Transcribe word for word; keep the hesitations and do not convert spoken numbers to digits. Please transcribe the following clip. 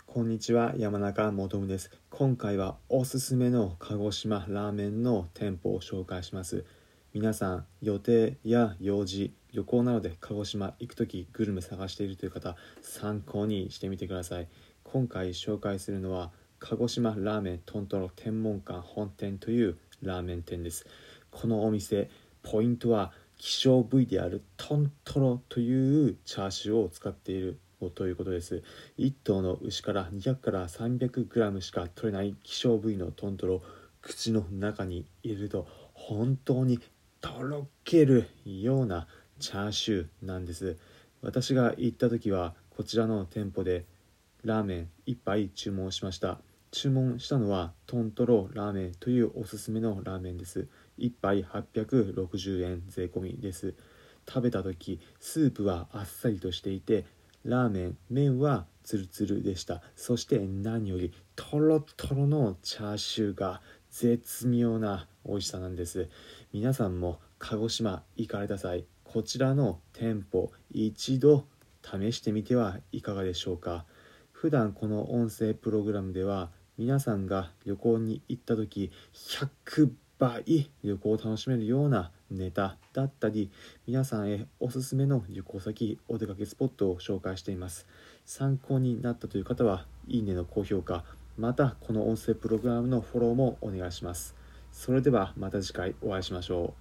こんにちは、山中もとむです。今回はおすすめの鹿児島ラーメンの店舗を紹介します。皆さん、予定や用事、旅行などで鹿児島行くときグルメ探しているという方、参考にしてみてください。今回紹介するのは、鹿児島ラーメントントロ天文館本店というラーメン店です。このお店、ポイントは希少部位であるトントロというチャーシューを使っているということです。いっ頭の牛からにひゃくから さんびゃくグラム しか取れない希少部位のトントロを口の中に入れると本当にとろけるようなチャーシューなんです。私が行った時はこちらの店舗でラーメンいっぱい注文しました。注文したのはトントロラーメンというおすすめのラーメンです。いっぱいはっぴゃくろくじゅうえん税込みです。食べた時スープはあっさりとしていて、ラーメン麺はツルツルでした。そして何よりトロトロのチャーシューが絶妙な美味しさなんです。皆さんも鹿児島行かれた際、こちらの店舗一度試してみてはいかがでしょうか。普段この音声プログラムでは皆さんが旅行に行った時ひゃくばい旅行を楽しめるようなネタだったり、皆さんへおすすめの旅行先、お出かけスポットを紹介しています。参考になったという方はいいねの高評価、またこの音声プログラムのフォローもお願いします。それではまた次回お会いしましょう。